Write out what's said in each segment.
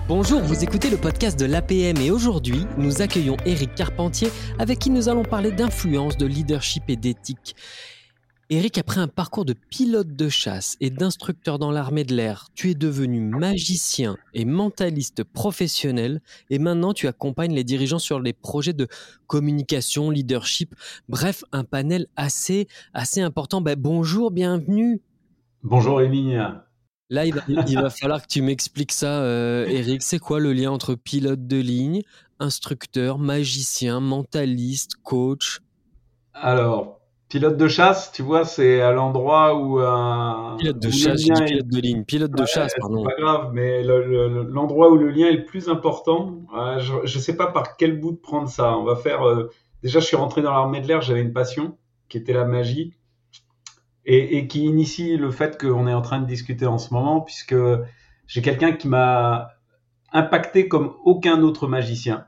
Bonjour, vous écoutez le podcast de l'APM et aujourd'hui, nous accueillons Éric Carpentier avec qui nous allons parler d'influence, de leadership et d'éthique. Éric, après un parcours de pilote de chasse et d'instructeur dans l'armée de l'air, tu es devenu magicien et mentaliste professionnel et maintenant tu accompagnes les dirigeants sur les projets de communication, leadership, bref, un panel assez important. Bonjour, bienvenue. Bonjour Émilie. Là, il va falloir que tu m'expliques ça, Éric. C'est quoi le lien entre pilote de ligne, instructeur, magicien, mentaliste, coach? Alors, pilote de chasse, tu vois, c'est à l'endroit où, Pilote de où le chasse, j'ai dit lien est... pilote de ligne. Pilote de chasse, C'est pardon. pas grave, mais l'endroit où le lien est le plus important, je sais pas par quel bout de prendre ça. On va faire... déjà, je suis rentré dans l'armée de l'air, j'avais une passion qui était la magie et qui initie le fait qu'on est en train de discuter en ce moment, puisque j'ai quelqu'un qui m'a impacté comme aucun autre magicien.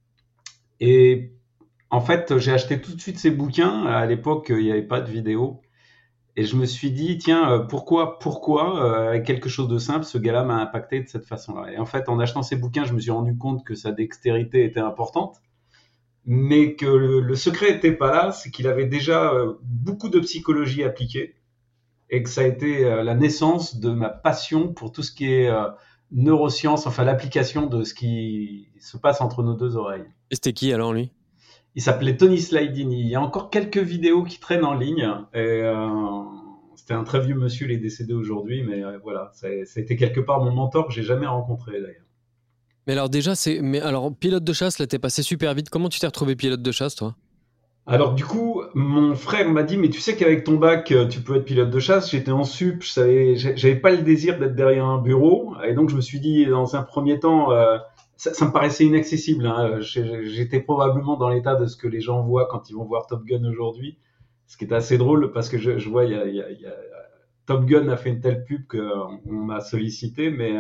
Et en fait, j'ai acheté tout de suite ces bouquins. À l'époque, il n'y avait pas de vidéo. Et je me suis dit, tiens, pourquoi, avec quelque chose de simple, ce gars-là m'a impacté de cette façon-là. Et en fait, en achetant ces bouquins, je me suis rendu compte que sa dextérité était importante, mais que le secret n'était pas là, c'est qu'il avait déjà beaucoup de psychologie appliquée, et que ça a été la naissance de ma passion pour tout ce qui est neurosciences, enfin l'application de ce qui se passe entre nos deux oreilles. Et c'était qui alors, lui? Il s'appelait Tony Slidini. Il y a encore quelques vidéos qui traînent en ligne. Et, c'était un très vieux monsieur, il est décédé aujourd'hui, mais voilà, ça a été quelque part mon mentor que j'ai jamais rencontré d'ailleurs. Mais alors déjà, pilote de chasse, là, t'es passé super vite. Comment tu t'es retrouvé pilote de chasse, toi? Alors du coup, mon frère m'a dit, mais tu sais qu'avec ton bac, tu peux être pilote de chasse. J'étais en sup, j'avais pas le désir d'être derrière un bureau, et donc je me suis dit, dans un premier temps, ça me paraissait inaccessible. Hein. J'étais probablement dans l'état de ce que les gens voient quand ils vont voir Top Gun aujourd'hui, ce qui est assez drôle parce que je vois, Top Gun a fait une telle pub qu'on m'a sollicité, mais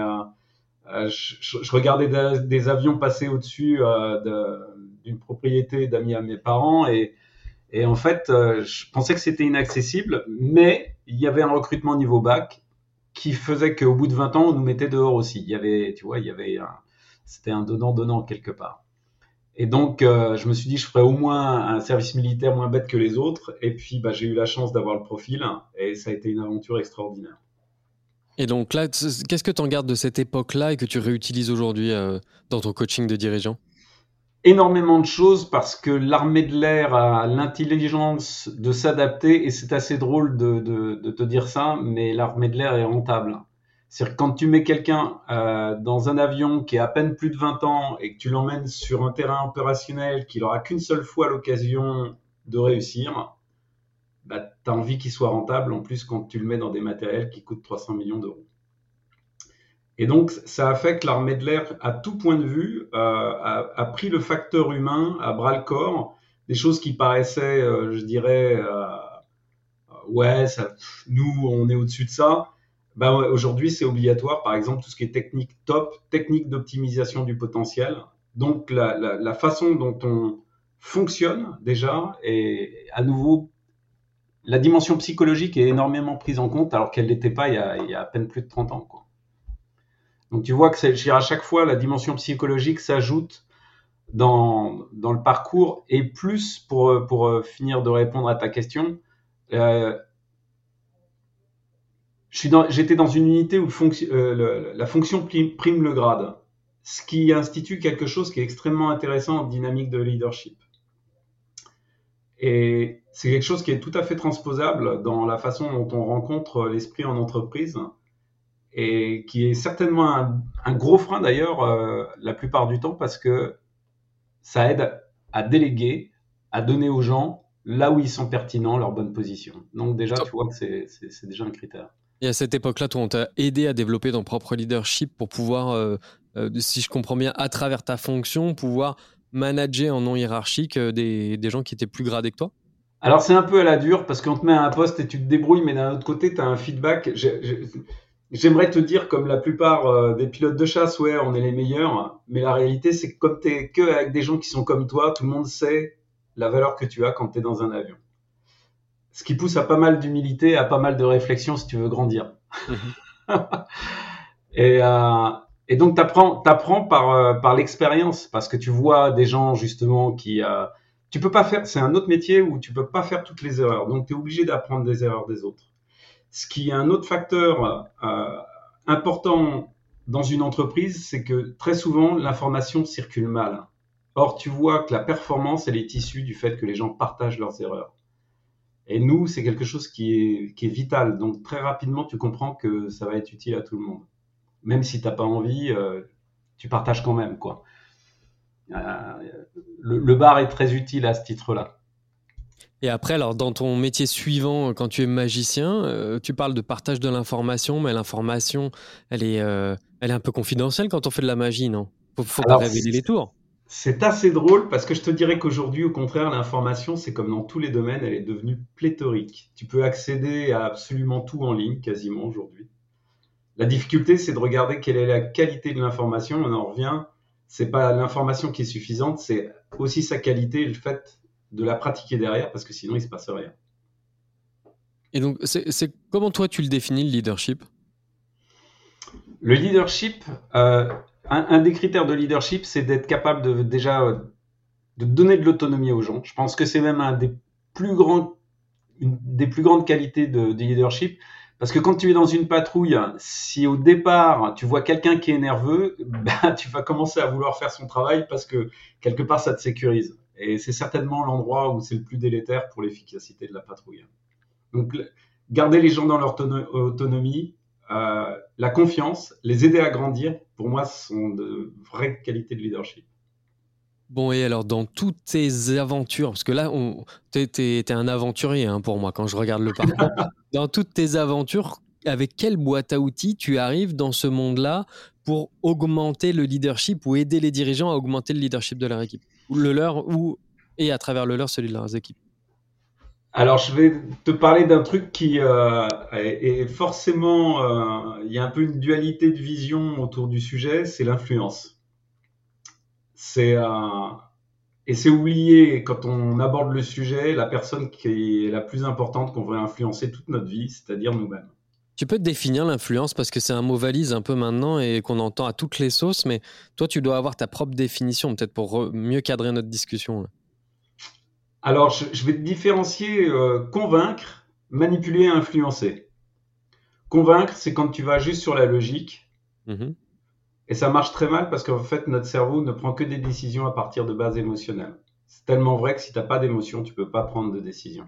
je regardais des avions passer au-dessus d'une propriété d'amis à mes parents et en fait, je pensais que c'était inaccessible, mais il y avait un recrutement niveau bac qui faisait qu'au bout de 20 ans, on nous mettait dehors aussi. Il y avait, tu vois, c'était un donnant-donnant quelque part. Et donc, je me suis dit, je ferais au moins un service militaire moins bête que les autres. Et puis, j'ai eu la chance d'avoir le profil et ça a été une aventure extraordinaire. Et donc là, qu'est-ce que tu en gardes de cette époque-là et que tu réutilises aujourd'hui dans ton coaching de dirigeant? Énormément de choses parce que l'armée de l'air a l'intelligence de s'adapter et c'est assez drôle de te dire ça, mais l'armée de l'air est rentable. C'est-à-dire que quand tu mets quelqu'un dans un avion qui a à peine plus de 20 ans et que tu l'emmènes sur un terrain opérationnel qui n'aura qu'une seule fois l'occasion de réussir, tu as envie qu'il soit rentable en plus quand tu le mets dans des matériels qui coûtent 300 millions d'euros. Et donc, ça a fait que l'armée de l'air, à tout point de vue, a pris le facteur humain à bras le corps, des choses qui paraissaient, je dirais, ouais, nous, on est au-dessus de ça. Ouais, aujourd'hui, c'est obligatoire. Par exemple, tout ce qui est technique top, technique d'optimisation du potentiel. Donc, la façon dont on fonctionne déjà, et à nouveau, la dimension psychologique est énormément prise en compte, alors qu'elle n'était pas il y a à peine plus de 30 ans, quoi. Donc tu vois que à chaque fois, la dimension psychologique s'ajoute dans le parcours. Et plus, pour finir de répondre à ta question, j'étais dans une unité où la fonction prime le grade, ce qui institue quelque chose qui est extrêmement intéressant en dynamique de leadership. Et c'est quelque chose qui est tout à fait transposable dans la façon dont on rencontre l'esprit en entreprise et qui est certainement un gros frein d'ailleurs la plupart du temps parce que ça aide à déléguer, à donner aux gens là où ils sont pertinents, leur bonne position. Donc déjà, tu vois que c'est déjà un critère. Et à cette époque-là, toi, on t'a aidé à développer ton propre leadership pour pouvoir, si je comprends bien, à travers ta fonction, pouvoir manager en non hiérarchique des gens qui étaient plus gradés que toi? Alors c'est un peu à la dure parce qu'on te met à un poste et tu te débrouilles, mais d'un autre côté, tu as un feedback. J'aimerais te dire, comme la plupart des pilotes de chasse, ouais, on est les meilleurs, mais la réalité, c'est que comme tu es que avec des gens qui sont comme toi, tout le monde sait la valeur que tu as quand tu es dans un avion. Ce qui pousse à pas mal d'humilité, à pas mal de réflexion si tu veux grandir. Mhm. et, Et donc, t'apprends par l'expérience, parce que tu vois des gens justement tu peux pas faire. C'est un autre métier où tu peux pas faire toutes les erreurs. Donc, tu es obligé d'apprendre des erreurs des autres. Ce qui est un autre facteur important dans une entreprise, c'est que très souvent l'information circule mal. Or, tu vois que la performance, elle est issue du fait que les gens partagent leurs erreurs. Et nous, c'est quelque chose qui est vital. Donc, très rapidement, tu comprends que ça va être utile à tout le monde. Même si tu n'as pas envie, tu partages quand même, quoi. Euh, le bar est très utile à ce titre-là. Et après, alors, dans ton métier suivant, quand tu es magicien, tu parles de partage de l'information, mais l'information, elle est un peu confidentielle quand on fait de la magie, non? Faut pas Alors, révéler les tours. c'est assez drôle parce que je te dirais qu'aujourd'hui, au contraire, l'information, c'est comme dans tous les domaines, elle est devenue pléthorique. Tu peux accéder à absolument tout en ligne, quasiment aujourd'hui. La difficulté, c'est de regarder quelle est la qualité de l'information. On en revient. C'est pas l'information qui est suffisante, c'est aussi sa qualité et le fait de la pratiquer derrière, parce que sinon, il se passe rien. Et donc, comment toi tu le définis, le leadership? Le leadership, un des critères de leadership, c'est d'être capable de donner de l'autonomie aux gens. Je pense que c'est même une des plus grandes qualités de leadership. Parce que quand tu es dans une patrouille, si au départ tu vois quelqu'un qui est nerveux, bah, tu vas commencer à vouloir faire son travail parce que quelque part ça te sécurise. Et c'est certainement l'endroit où c'est le plus délétère pour l'efficacité de la patrouille. Donc garder les gens dans leur autonomie, la confiance, les aider à grandir, pour moi, ce sont de vraies qualités de leadership. Bon, et alors, dans toutes tes aventures, parce que là, t'es un aventurier hein, pour moi quand je regarde le parcours, dans toutes tes aventures, avec quelle boîte à outils tu arrives dans ce monde-là pour augmenter le leadership ou aider les dirigeants à augmenter le leadership de leur équipe? Ou le leur, et à travers le leur, celui de leurs équipes. Alors, je vais te parler d'un truc qui est forcément, il y a un peu une dualité de vision autour du sujet, c'est l'influence. C'est et c'est oublié quand on aborde le sujet, la personne qui est la plus importante qu'on va influencer toute notre vie, c'est-à-dire nous-mêmes. Tu peux te définir l'influence parce que c'est un mot valise un peu maintenant et qu'on entend à toutes les sauces, mais toi, tu dois avoir ta propre définition, peut-être pour mieux cadrer notre discussion. Là. Alors, je vais te différencier convaincre, manipuler et influencer. Convaincre, c'est quand tu vas juste sur la logique. Mhm. Et ça marche très mal parce qu'en fait, notre cerveau ne prend que des décisions à partir de bases émotionnelles. C'est tellement vrai que si tu n'as pas d'émotion, tu ne peux pas prendre de décision.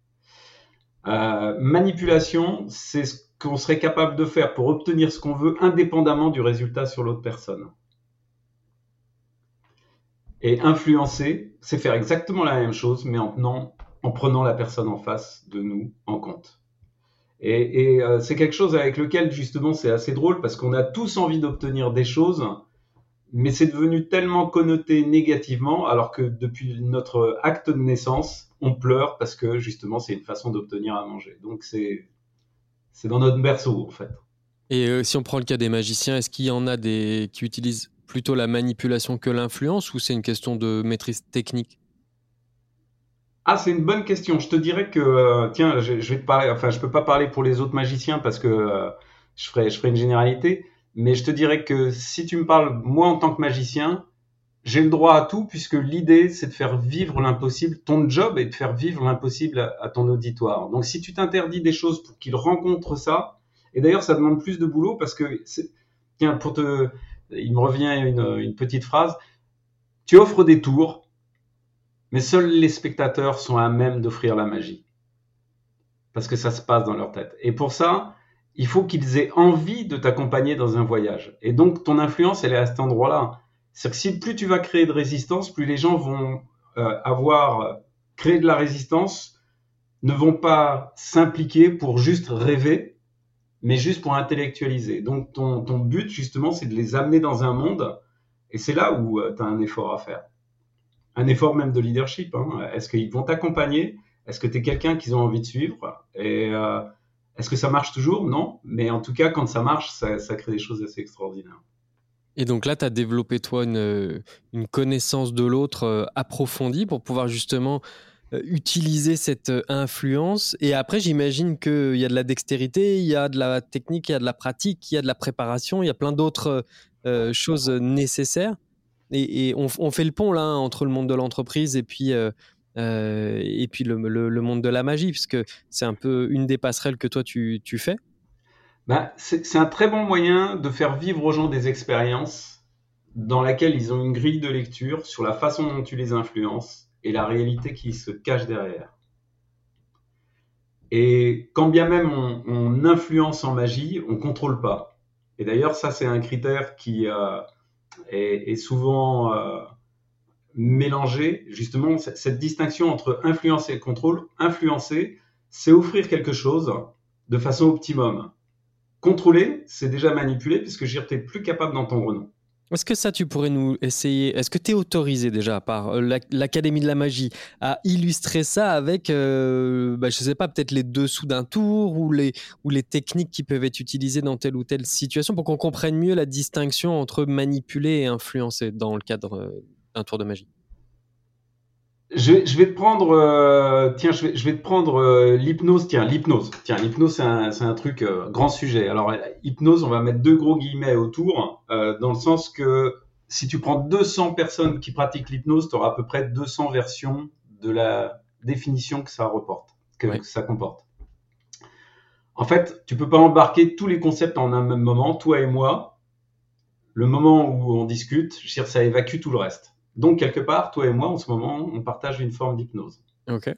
Manipulation, c'est ce qu'on serait capable de faire pour obtenir ce qu'on veut indépendamment du résultat sur l'autre personne. Et influencer, c'est faire exactement la même chose, mais en prenant la personne en face de nous en compte. Et c'est quelque chose avec lequel, justement, c'est assez drôle parce qu'on a tous envie d'obtenir des choses, mais c'est devenu tellement connoté négativement, alors que depuis notre acte de naissance, on pleure parce que, justement, c'est une façon d'obtenir à manger. Donc, c'est dans notre berceau, en fait. Et si on prend le cas des magiciens, est-ce qu'il y en a qui utilisent plutôt la manipulation que l'influence ou c'est une question de maîtrise technique? Ah, c'est une bonne question. Je te dirais que, tiens, je vais te parler, enfin, je peux pas parler pour les autres magiciens parce que je ferai une généralité, mais je te dirais que si tu me parles, moi, en tant que magicien, j'ai le droit à tout puisque l'idée, c'est de faire vivre l'impossible. Ton job est de faire vivre l'impossible à ton auditoire. Donc, si tu t'interdis des choses pour qu'ils rencontrent ça, et d'ailleurs, ça demande plus de boulot parce que, tiens, il me revient une petite phrase. Tu offres des tours, mais seuls les spectateurs sont à même d'offrir la magie. Parce que ça se passe dans leur tête. Et pour ça, il faut qu'ils aient envie de t'accompagner dans un voyage. Et donc, ton influence, elle est à cet endroit-là. C'est-à-dire que si plus tu vas créer de résistance, plus les gens vont avoir créé de la résistance, ne vont pas s'impliquer pour juste rêver, mais juste pour intellectualiser. Donc, ton but, justement, c'est de les amener dans un monde, et c'est là où tu as un effort à faire. Un effort même de leadership. Hein. Est-ce qu'ils vont t'accompagner? Est-ce que tu es quelqu'un qu'ils ont envie de suivre? Et est-ce que ça marche toujours? Non. Mais en tout cas, quand ça marche, ça crée des choses assez extraordinaires. Et donc là, tu as développé, toi, une connaissance de l'autre approfondie pour pouvoir justement utiliser cette influence. Et après, j'imagine qu'il y a de la dextérité, il y a de la technique, il y a de la pratique, il y a de la préparation, il y a plein d'autres choses nécessaires. Et on fait le pont là entre le monde de l'entreprise et puis le monde de la magie, puisque c'est un peu une des passerelles que toi tu fais. C'est un très bon moyen de faire vivre aux gens des expériences dans lesquelles ils ont une grille de lecture sur la façon dont tu les influences et la réalité qui se cache derrière. Et quand bien même on influence en magie, on ne contrôle pas. Et d'ailleurs, ça, c'est un critère qui est souvent mélangé. Justement, cette distinction entre influencer et contrôle. Influencer, c'est offrir quelque chose de façon optimum. Contrôler, c'est déjà manipuler, puisque tu n'es plus capable d'entendre non. Est-ce que ça, tu pourrais nous essayer, est-ce que tu es autorisé déjà par l'Académie de la magie à illustrer ça avec, je ne sais pas, peut-être les dessous d'un tour ou les techniques qui peuvent être utilisées dans telle ou telle situation pour qu'on comprenne mieux la distinction entre manipuler et influencer dans le cadre d'un tour de magie? Je vais te prendre, je vais te prendre l'hypnose. L'hypnose, c'est un truc grand sujet. Alors, hypnose, on va mettre 2 gros guillemets autour, dans le sens que si tu prends 200 personnes qui pratiquent l'hypnose, tu auras à peu près 200 versions de la définition que ça reporte, que ça comporte. En fait, tu peux pas embarquer tous les concepts en un même moment, toi et moi. Le moment où on discute, je veux dire, ça évacue tout le reste. Donc, quelque part, toi et moi, en ce moment, on partage une forme d'hypnose. Ok.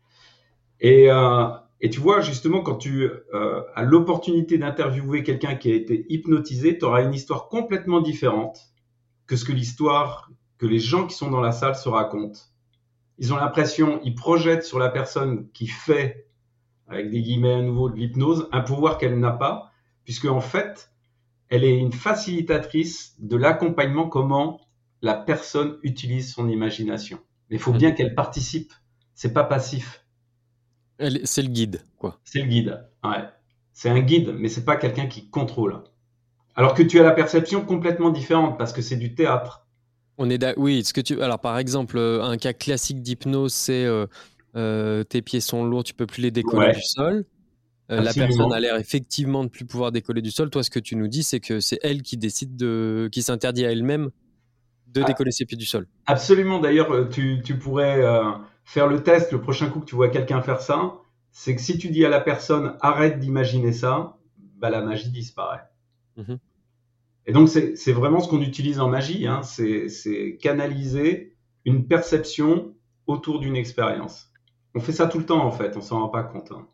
Et tu vois, justement, quand tu as l'opportunité d'interviewer quelqu'un qui a été hypnotisé, tu auras une histoire complètement différente que ce que l'histoire que les gens qui sont dans la salle se racontent. Ils ont l'impression, ils projettent sur la personne qui fait, avec des guillemets à nouveau, de l'hypnose, un pouvoir qu'elle n'a pas, puisque en fait, elle est une facilitatrice de l'accompagnement, comment la personne utilise son imagination. Mais il faut bien qu'elle participe. C'est pas passif. C'est le guide, quoi. C'est le guide, ouais. C'est un guide, mais c'est pas quelqu'un qui contrôle. Alors que tu as la perception complètement différente, parce que c'est du théâtre. Oui, alors par exemple, un cas classique d'hypnose, c'est tes pieds sont lourds, tu peux plus les décoller du sol. La personne a l'air effectivement de plus pouvoir décoller du sol. Toi, ce que tu nous dis, c'est que c'est elle qui décide qui s'interdit à elle-même de décoller ses pieds du sol. Absolument. D'ailleurs, tu pourrais faire le test le prochain coup que tu vois quelqu'un faire ça. C'est que si tu dis à la personne arrête d'imaginer ça, la magie disparaît. Mm-hmm. Et donc, c'est vraiment ce qu'on utilise en magie. Hein. C'est canaliser une perception autour d'une expérience. On fait ça tout le temps, en fait. On s'en rend pas compte. Hein.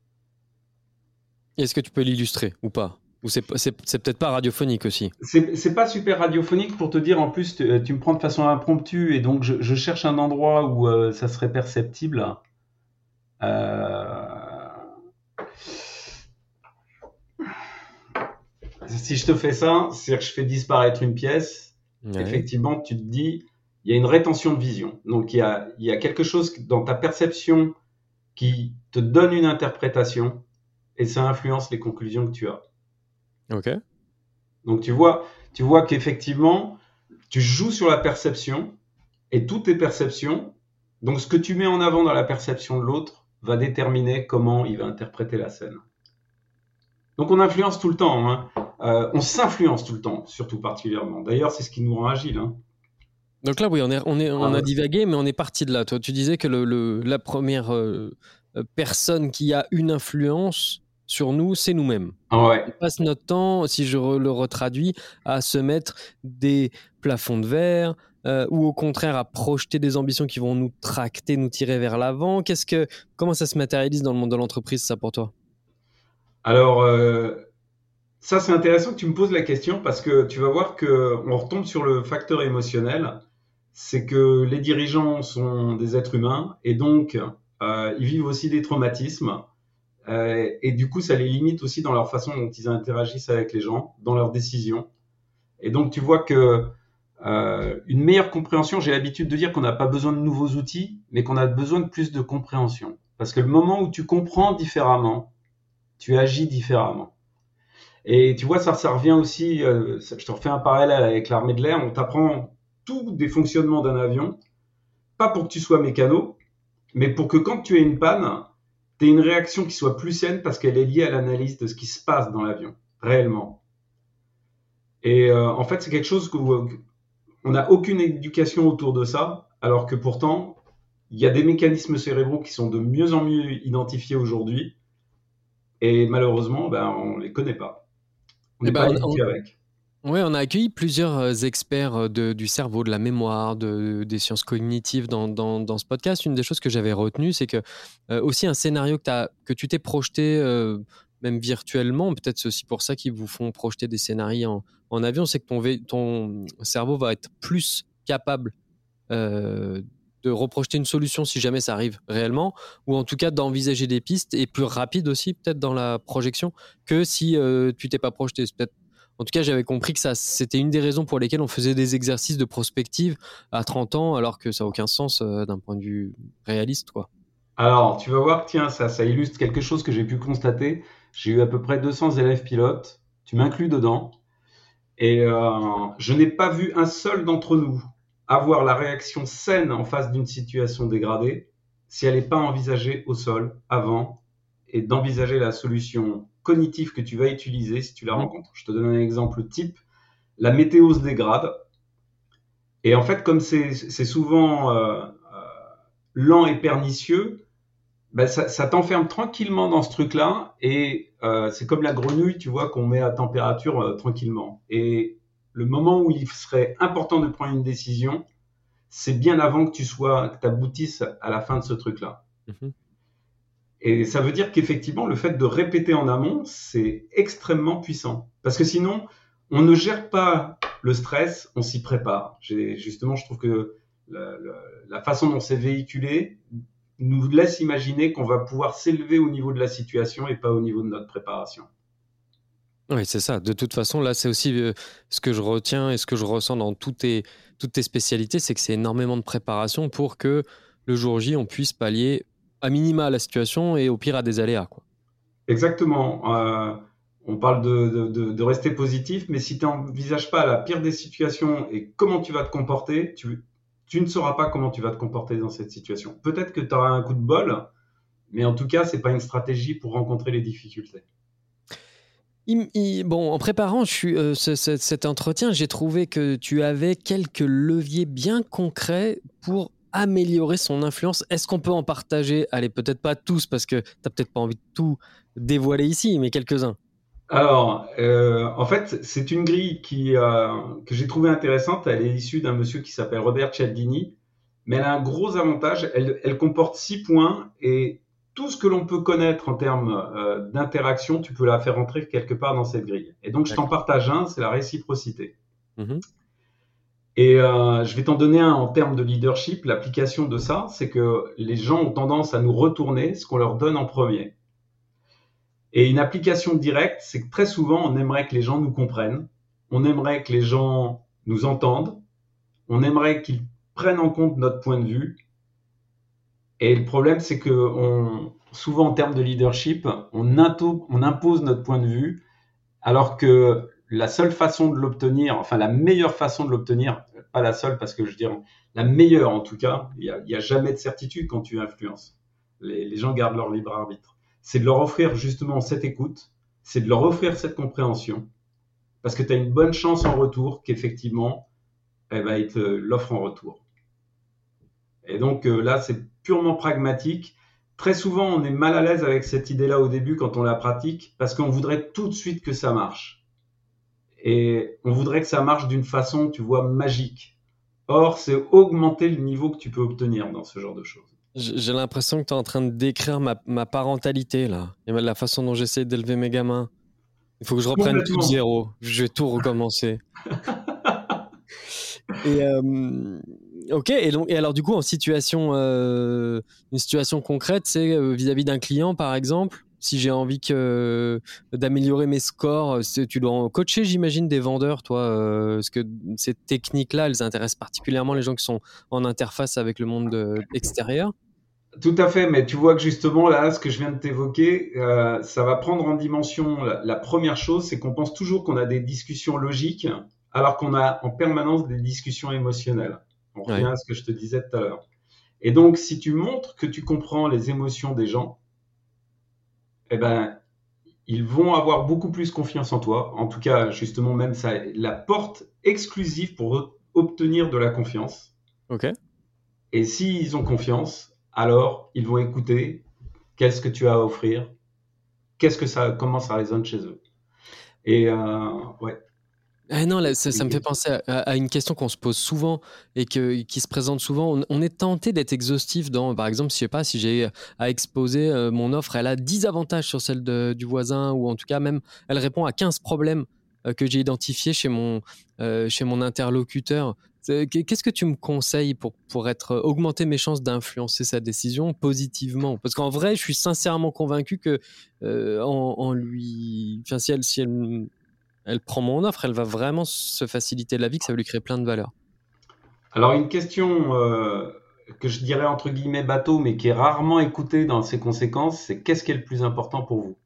Est-ce que tu peux l'illustrer ou pas? Ou c'est peut-être pas radiophonique aussi? C'est pas super radiophonique, pour te dire. En plus, tu me prends de façon impromptue, et donc je cherche un endroit où ça serait perceptible. Si je te fais ça, c'est-à-dire que je fais disparaître une pièce, effectivement, tu te dis, il y a une rétention de vision. Donc, il y a quelque chose dans ta perception qui te donne une interprétation, et ça influence les conclusions que tu as. Ok. Donc, tu vois qu'effectivement, tu joues sur la perception, et toutes tes perceptions, donc ce que tu mets en avant dans la perception de l'autre, va déterminer comment il va interpréter la scène. Donc, on influence tout le temps, hein. On s'influence tout le temps, surtout particulièrement. D'ailleurs, c'est ce qui nous rend agile. Hein. Donc là, oui, on a divagué, mais on est parti de là. Toi, tu disais que la première personne qui a une influence sur nous, c'est nous-mêmes. Ouais. On passe notre temps, si je le retraduis, à se mettre des plafonds de verre, ou au contraire à projeter des ambitions qui vont nous tracter, nous tirer vers l'avant. Comment ça se matérialise dans le monde de l'entreprise, ça, pour toi? Alors, ça, c'est intéressant que tu me poses la question, parce que tu vas voir qu'on retombe sur le facteur émotionnel. C'est que les dirigeants sont des êtres humains, et donc ils vivent aussi des traumatismes. Et du coup, ça les limite aussi dans leur façon dont ils interagissent avec les gens, dans leurs décisions. Et donc, tu vois que une meilleure compréhension, j'ai l'habitude de dire qu'on n'a pas besoin de nouveaux outils, mais qu'on a besoin de plus de compréhension. Parce que le moment où tu comprends différemment, tu agis différemment. Et tu vois, ça revient aussi, je te refais un parallèle avec l'armée de l'air, on t'apprend tout des fonctionnements d'un avion, pas pour que tu sois mécano, mais pour que quand tu aies une panne, tu aies une réaction qui soit plus saine parce qu'elle est liée à l'analyse de ce qui se passe dans l'avion, réellement. Et en fait, c'est quelque chose on n'a aucune éducation autour de ça, alors que pourtant, il y a des mécanismes cérébraux qui sont de mieux en mieux identifiés aujourd'hui, et malheureusement, on ne les connaît pas. On Eh n'est pas ben, éduqué avec. ouais, on a accueilli plusieurs experts du cerveau, de la mémoire, des sciences cognitives dans ce podcast. Une des choses que j'avais retenues, c'est que aussi un scénario que tu t'es projeté, même virtuellement, peut-être c'est aussi pour ça qu'ils vous font projeter des scénarios en avion, c'est que ton cerveau va être plus capable euh, de reprojeter une solution si jamais ça arrive réellement, ou en tout cas d'envisager des pistes, et plus rapide aussi peut-être dans la projection que si tu t'es pas projeté. C'est peut-être. En tout cas, j'avais compris que c'était une des raisons pour lesquelles on faisait des exercices de prospective à 30 ans, alors que ça n'a aucun sens d'un point de vue réaliste, quoi. Alors, tu vas voir, tiens, ça illustre quelque chose que j'ai pu constater. J'ai eu à peu près 200 élèves pilotes, tu m'inclus dedans, et je n'ai pas vu un seul d'entre nous avoir la réaction saine en face d'une situation dégradée si elle n'est pas envisagée au sol avant et d'envisager la solution cognitive que tu vas utiliser si tu la Mhm. rencontres. Je te donne un exemple type. La météo se dégrade, et en fait, comme c'est souvent lent et pernicieux, ça t'enferme tranquillement dans ce truc-là, et c'est comme la grenouille, tu vois, qu'on met à température tranquillement. Et le moment où il serait important de prendre une décision, c'est bien avant que tu aboutisses à la fin de ce truc-là. Mhm. Et ça veut dire qu'effectivement, le fait de répéter en amont, c'est extrêmement puissant. Parce que sinon, on ne gère pas le stress, on s'y prépare. Justement, je trouve que la, la, la façon dont c'est véhiculé nous laisse imaginer qu'on va pouvoir s'élever au niveau de la situation et pas au niveau de notre préparation. Oui, c'est ça. De toute façon, là, c'est aussi ce que je retiens et ce que je ressens dans toutes tes spécialités, c'est que c'est énormément de préparation pour que le jour J, on puisse pallier à minima à la situation et au pire à des aléas, quoi. Exactement. On parle de rester positif, mais si tu n'envisages pas la pire des situations et comment tu vas te comporter, tu ne sauras pas comment tu vas te comporter dans cette situation. Peut-être que tu auras un coup de bol, mais en tout cas, ce n'est pas une stratégie pour rencontrer les difficultés. Bon, en préparant cet entretien, j'ai trouvé que tu avais quelques leviers bien concrets pour améliorer son influence. Est-ce qu'on peut en partager? Allez, peut-être pas tous, parce que tu n'as peut-être pas envie de tout dévoiler ici, mais quelques-uns. Alors, en fait, c'est une grille que j'ai trouvée intéressante. Elle est issue d'un monsieur qui s'appelle Robert Cialdini, mais elle a un gros avantage. Elle comporte 6 points, et tout ce que l'on peut connaître en termes d'interaction, tu peux la faire entrer quelque part dans cette grille. Et donc, je t'en D'accord. partage un, c'est la réciprocité. Mhm. Et je vais t'en donner un en termes de leadership. L'application de ça, c'est que les gens ont tendance à nous retourner ce qu'on leur donne en premier. Et une application directe, c'est que très souvent, on aimerait que les gens nous comprennent, on aimerait que les gens nous entendent, on aimerait qu'ils prennent en compte notre point de vue. Et le problème, c'est que souvent en termes de leadership, on impose notre point de vue, alors que la seule façon de l'obtenir, enfin la meilleure façon de l'obtenir, pas la seule parce que je dirais la meilleure en tout cas, il y a jamais de certitude quand tu influences. Les gens gardent leur libre arbitre. C'est de leur offrir justement cette écoute, c'est de leur offrir cette compréhension, parce que tu as une bonne chance en retour qu'effectivement, ils te l'offrent en retour. Et donc là, c'est purement pragmatique. Très souvent, on est mal à l'aise avec cette idée-là au début quand on la pratique, parce qu'on voudrait tout de suite que ça marche. Et on voudrait que ça marche d'une façon, tu vois, magique. Or, c'est augmenter le niveau que tu peux obtenir dans ce genre de choses. J'ai l'impression que tu es en train de décrire ma parentalité, là. Et la façon dont j'essaie d'élever mes gamins. Il faut que je reprenne tout de Complètement. zéro. Je vais tout recommencer. Et ok. Et alors du coup, une situation concrète, c'est vis-à-vis d'un client, par exemple. Si j'ai envie d'améliorer mes scores, tu dois en coacher, j'imagine, des vendeurs, toi. Parce que ces techniques-là, elles intéressent particulièrement les gens qui sont en interface avec le monde extérieur. Tout à fait, mais tu vois que justement là, ce que je viens de t'évoquer, ça va prendre en dimension. La première chose, c'est qu'on pense toujours qu'on a des discussions logiques, alors qu'on a en permanence des discussions émotionnelles. On revient Ouais. à ce que je te disais tout à l'heure. Et donc, si tu montres que tu comprends les émotions des gens, eh ben, ils vont avoir beaucoup plus confiance en toi. En tout cas, justement, même ça, la porte exclusive pour obtenir de la confiance. Ok. Et s'ils ont confiance, alors ils vont écouter qu'est-ce que tu as à offrir, comment ça résonne chez eux. Et ouais. Ah non, là, ça me fait penser à une question qu'on se pose souvent et qui se présente souvent. On est tenté d'être exhaustif dans, par exemple, je sais pas, si j'ai à exposer mon offre, elle a 10 avantages sur celle du voisin, ou en tout cas même, elle répond à 15 problèmes que j'ai identifiés chez mon interlocuteur. Qu'est-ce que tu me conseilles pour augmenter mes chances d'influencer sa décision positivement? Parce qu'en vrai, je suis sincèrement convaincu que en lui, enfin, si elle prend mon offre, elle va vraiment se faciliter la vie, que ça va lui créer plein de valeur. Alors, une question que je dirais entre guillemets bateau, mais qui est rarement écoutée dans ses conséquences, c'est qu'est-ce qui est le plus important pour vous?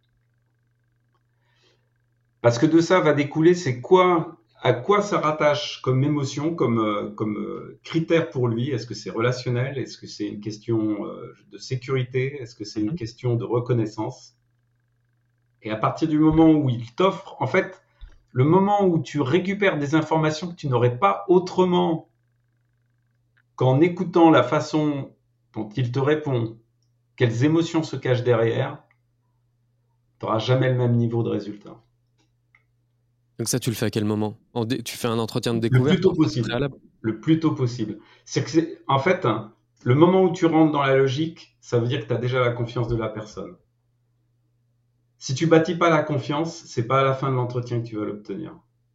Parce que de ça va découler, à quoi ça rattache comme émotion, comme critère pour lui? Est-ce que c'est relationnel? Est-ce que c'est une question de sécurité? Est-ce que c'est une question de reconnaissance? Et à partir du moment où il t'offre, en fait, le moment où tu récupères des informations que tu n'aurais pas autrement qu'en écoutant la façon dont il te répond, quelles émotions se cachent derrière, tu n'auras jamais le même niveau de résultat. Donc ça, tu le fais à quel moment? Tu fais un entretien de Le découverte plus tôt en possible. préalable? Le plus tôt possible. En fait, le moment où tu rentres dans la logique, ça veut dire que tu as déjà la confiance de la personne. Si tu bâtis pas la confiance, c'est pas à la fin de l'entretien que tu vas l'obtenir.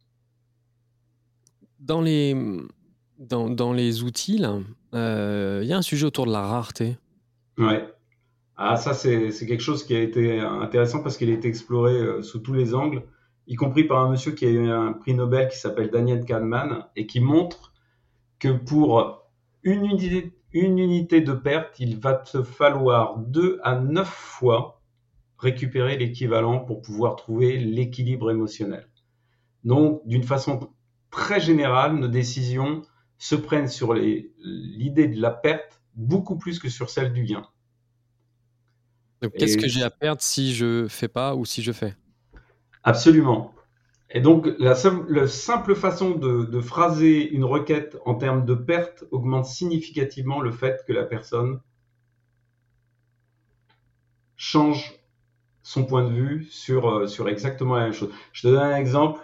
Dans les outils, il y a un sujet autour de la rareté. Ouais. Ah, ça, c'est quelque chose qui a été intéressant parce qu'il a été exploré sous tous les angles, y compris par un monsieur qui a eu un prix Nobel qui s'appelle Daniel Kahneman et qui montre que pour une unité de perte, il va te falloir 2 à 9 fois récupérer l'équivalent pour pouvoir trouver l'équilibre émotionnel. Donc, d'une façon très générale, nos décisions se prennent sur l'idée de la perte beaucoup plus que sur celle du gain. Donc, qu'est-ce que j'ai à perdre si je fais pas ou si je fais? Absolument. Et donc, la simple façon de phraser une requête en termes de perte augmente significativement le fait que la personne change son point de vue sur exactement la même chose. Je te donne un exemple.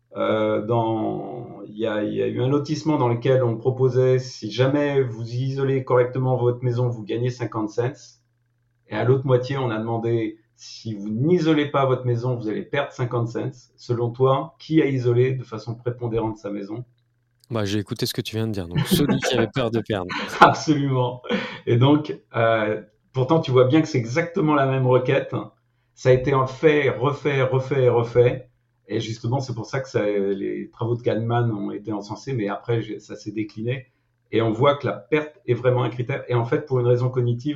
Il y a eu un lotissement dans lequel on proposait, si jamais vous isolez correctement votre maison, vous gagnez 50 cents. Et à l'autre moitié, on a demandé, si vous n'isolez pas votre maison, vous allez perdre 50 cents. Selon toi, qui a isolé de façon prépondérante sa maison? Bah, j'ai écouté ce que tu viens de dire, donc celui qui avait peur de perdre. Absolument. Et donc, pourtant, tu vois bien que c'est exactement la même requête. Ça a été fait, refait. Et justement, c'est pour ça que les travaux de Kahneman ont été encensés, mais après, ça s'est décliné. Et on voit que la perte est vraiment un critère. Et en fait, pour une raison cognitive,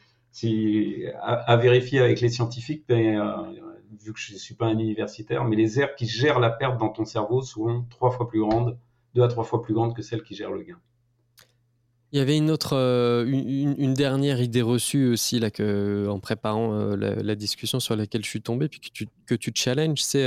à vérifier avec les scientifiques, mais, vu que je ne suis pas un universitaire, mais les aires qui gèrent la perte dans ton cerveau sont 2 à 3 fois plus grandes que celles qui gèrent le gain. Il y avait une dernière idée reçue aussi là, en préparant la discussion sur laquelle je suis tombé, puis que tu challenges, c'est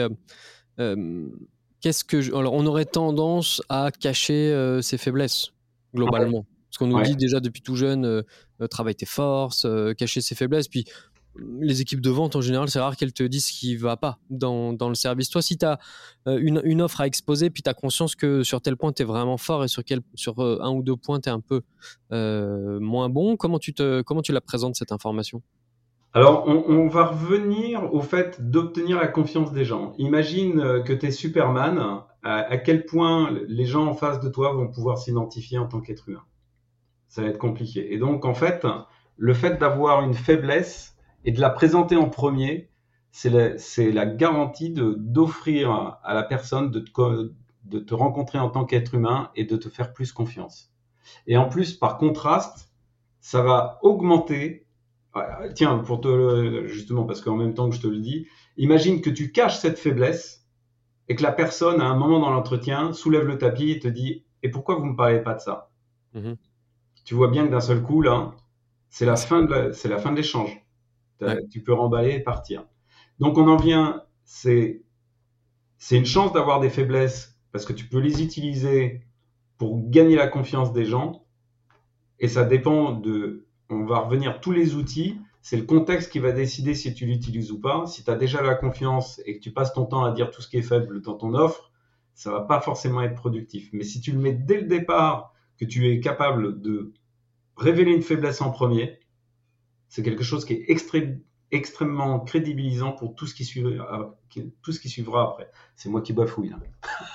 alors on aurait tendance à cacher ses faiblesses globalement, parce qu'on nous dit déjà depuis tout jeune, travaille tes forces, cacher ses faiblesses, puis les équipes de vente en général, c'est rare qu'elles te disent ce qui va pas dans le service. Toi, si tu as une offre à exposer, puis tu as conscience que sur tel point tu es vraiment fort et sur un ou deux points tu es un peu moins bon, comment tu la présentes cette information? Alors, on va revenir au fait d'obtenir la confiance des gens. Imagine que tu es Superman, à quel point les gens en face de toi vont pouvoir s'identifier en tant qu'être humain. Ça va être compliqué. Et donc, en fait, le fait d'avoir une faiblesse et de la présenter en premier, c'est la garantie d'offrir à la personne de te rencontrer en tant qu'être humain et de te faire plus confiance. Et en plus, par contraste, ça va augmenter. Tiens, justement, parce qu'en même temps que je te le dis, imagine que tu caches cette faiblesse et que la personne, à un moment dans l'entretien, soulève le tapis et te dit « Et pourquoi vous ne me parlez pas de ça ?» tu vois bien que d'un seul coup, là, c'est la fin de l'échange. Ouais. Tu peux remballer et partir. Donc on en vient, c'est une chance d'avoir des faiblesses parce que tu peux les utiliser pour gagner la confiance des gens. Et ça dépend on va revenir tous les outils. C'est le contexte qui va décider si tu l'utilises ou pas. Si tu as déjà la confiance et que tu passes ton temps à dire tout ce qui est faible dans ton offre, ça va pas forcément être productif. Mais si tu le mets dès le départ, que tu es capable de révéler une faiblesse en premier, c'est quelque chose qui est extrêmement crédibilisant pour tout ce qui suivra après. C'est moi qui bafouille là.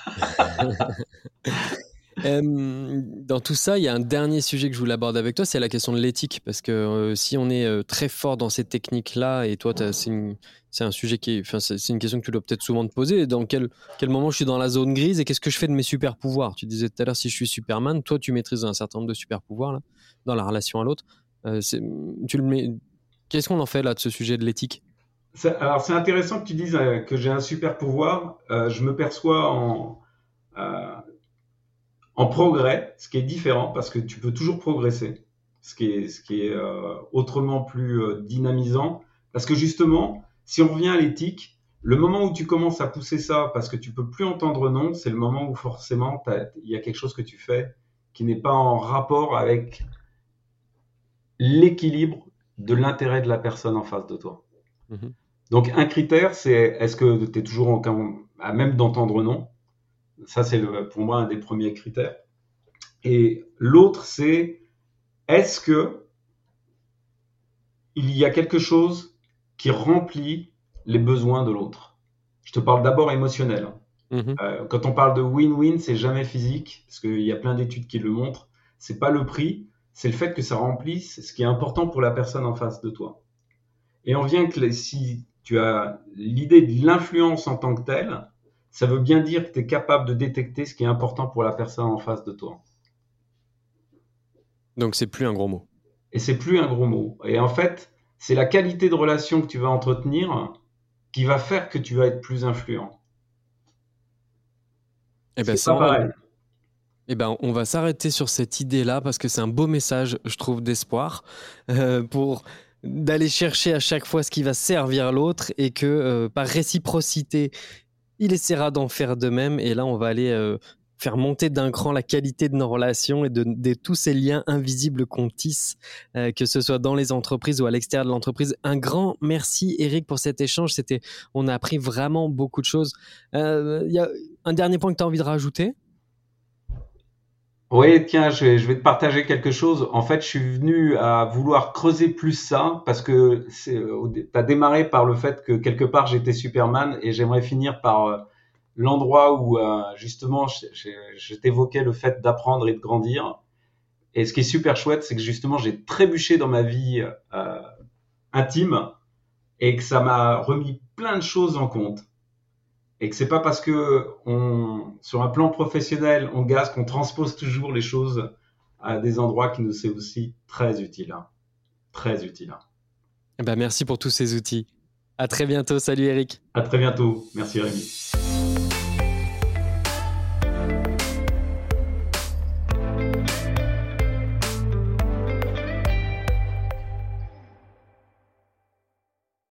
Dans tout ça, il y a un dernier sujet que je voulais aborder avec toi, c'est la question de l'éthique. Parce que si on est très fort dans ces techniques-là, et toi, c'est un sujet c'est une question que tu dois peut-être souvent te poser. Dans quel moment je suis dans la zone grise et qu'est-ce que je fais de mes super pouvoirs? Tu disais tout à l'heure, si je suis Superman, toi, tu maîtrises un certain nombre de super pouvoirs là, dans la relation à l'autre. Qu'est-ce qu'on en fait là de ce sujet de l'éthique? Alors c'est intéressant que tu dises que j'ai un super pouvoir. Je me perçois euh, en progrès, ce qui est différent parce que tu peux toujours progresser, ce qui est autrement plus dynamisant. Parce que justement, si on revient à l'éthique, le moment où tu commences à pousser ça parce que tu peux plus entendre non, c'est le moment où forcément il y a quelque chose que tu fais qui n'est pas en rapport avec l'équilibre de l'intérêt de la personne en face de toi. Mhm. Donc un critère, c'est est-ce que tu es toujours à même d'entendre non. Ça, c'est pour moi un des premiers critères. Et l'autre, c'est est-ce que il y a quelque chose qui remplit les besoins de l'autre. Je te parle d'abord émotionnel. Mhm. Quand on parle de win-win, c'est jamais physique, parce qu'il y a plein d'études qui le montrent. C'est pas le prix, c'est le fait que ça remplisse ce qui est important pour la personne en face de toi. Et on vient que si tu as l'idée de l'influence en tant que telle, ça veut bien dire que tu es capable de détecter ce qui est important pour la personne en face de toi. Donc c'est plus un gros mot. Et c'est plus un gros mot. Et en fait, c'est la qualité de relation que tu vas entretenir qui va faire que tu vas être plus influent. Eh ben C'est ça, pas pareil. on va s'arrêter sur cette idée-là parce que c'est un beau message, je trouve, d'espoir pour d'aller chercher à chaque fois ce qui va servir l'autre et que par réciprocité, il essaiera d'en faire de même. Et là, on va aller faire monter d'un cran la qualité de nos relations et de tous ces liens invisibles qu'on tisse, que ce soit dans les entreprises ou à l'extérieur de l'entreprise. Un grand merci, Eric, pour cet échange. On a appris vraiment beaucoup de choses. Il y a un dernier point que tu as envie de rajouter? Oui, tiens, je vais te partager quelque chose. En fait, je suis venu à vouloir creuser plus ça parce que tu as démarré par le fait que quelque part j'étais Superman et j'aimerais finir par l'endroit où justement je t'évoquais le fait d'apprendre et de grandir. Et ce qui est super chouette, c'est que justement j'ai trébuché dans ma vie intime et que ça m'a remis plein de choses en compte. Et que c'est pas parce que sur un plan professionnel, on gaze qu'on transpose toujours les choses à des endroits qui nous c'est aussi très utile, hein. Très utile, hein. Eh ben, merci pour tous ces outils. À très bientôt. Salut, Eric. À très bientôt. Merci Rémi.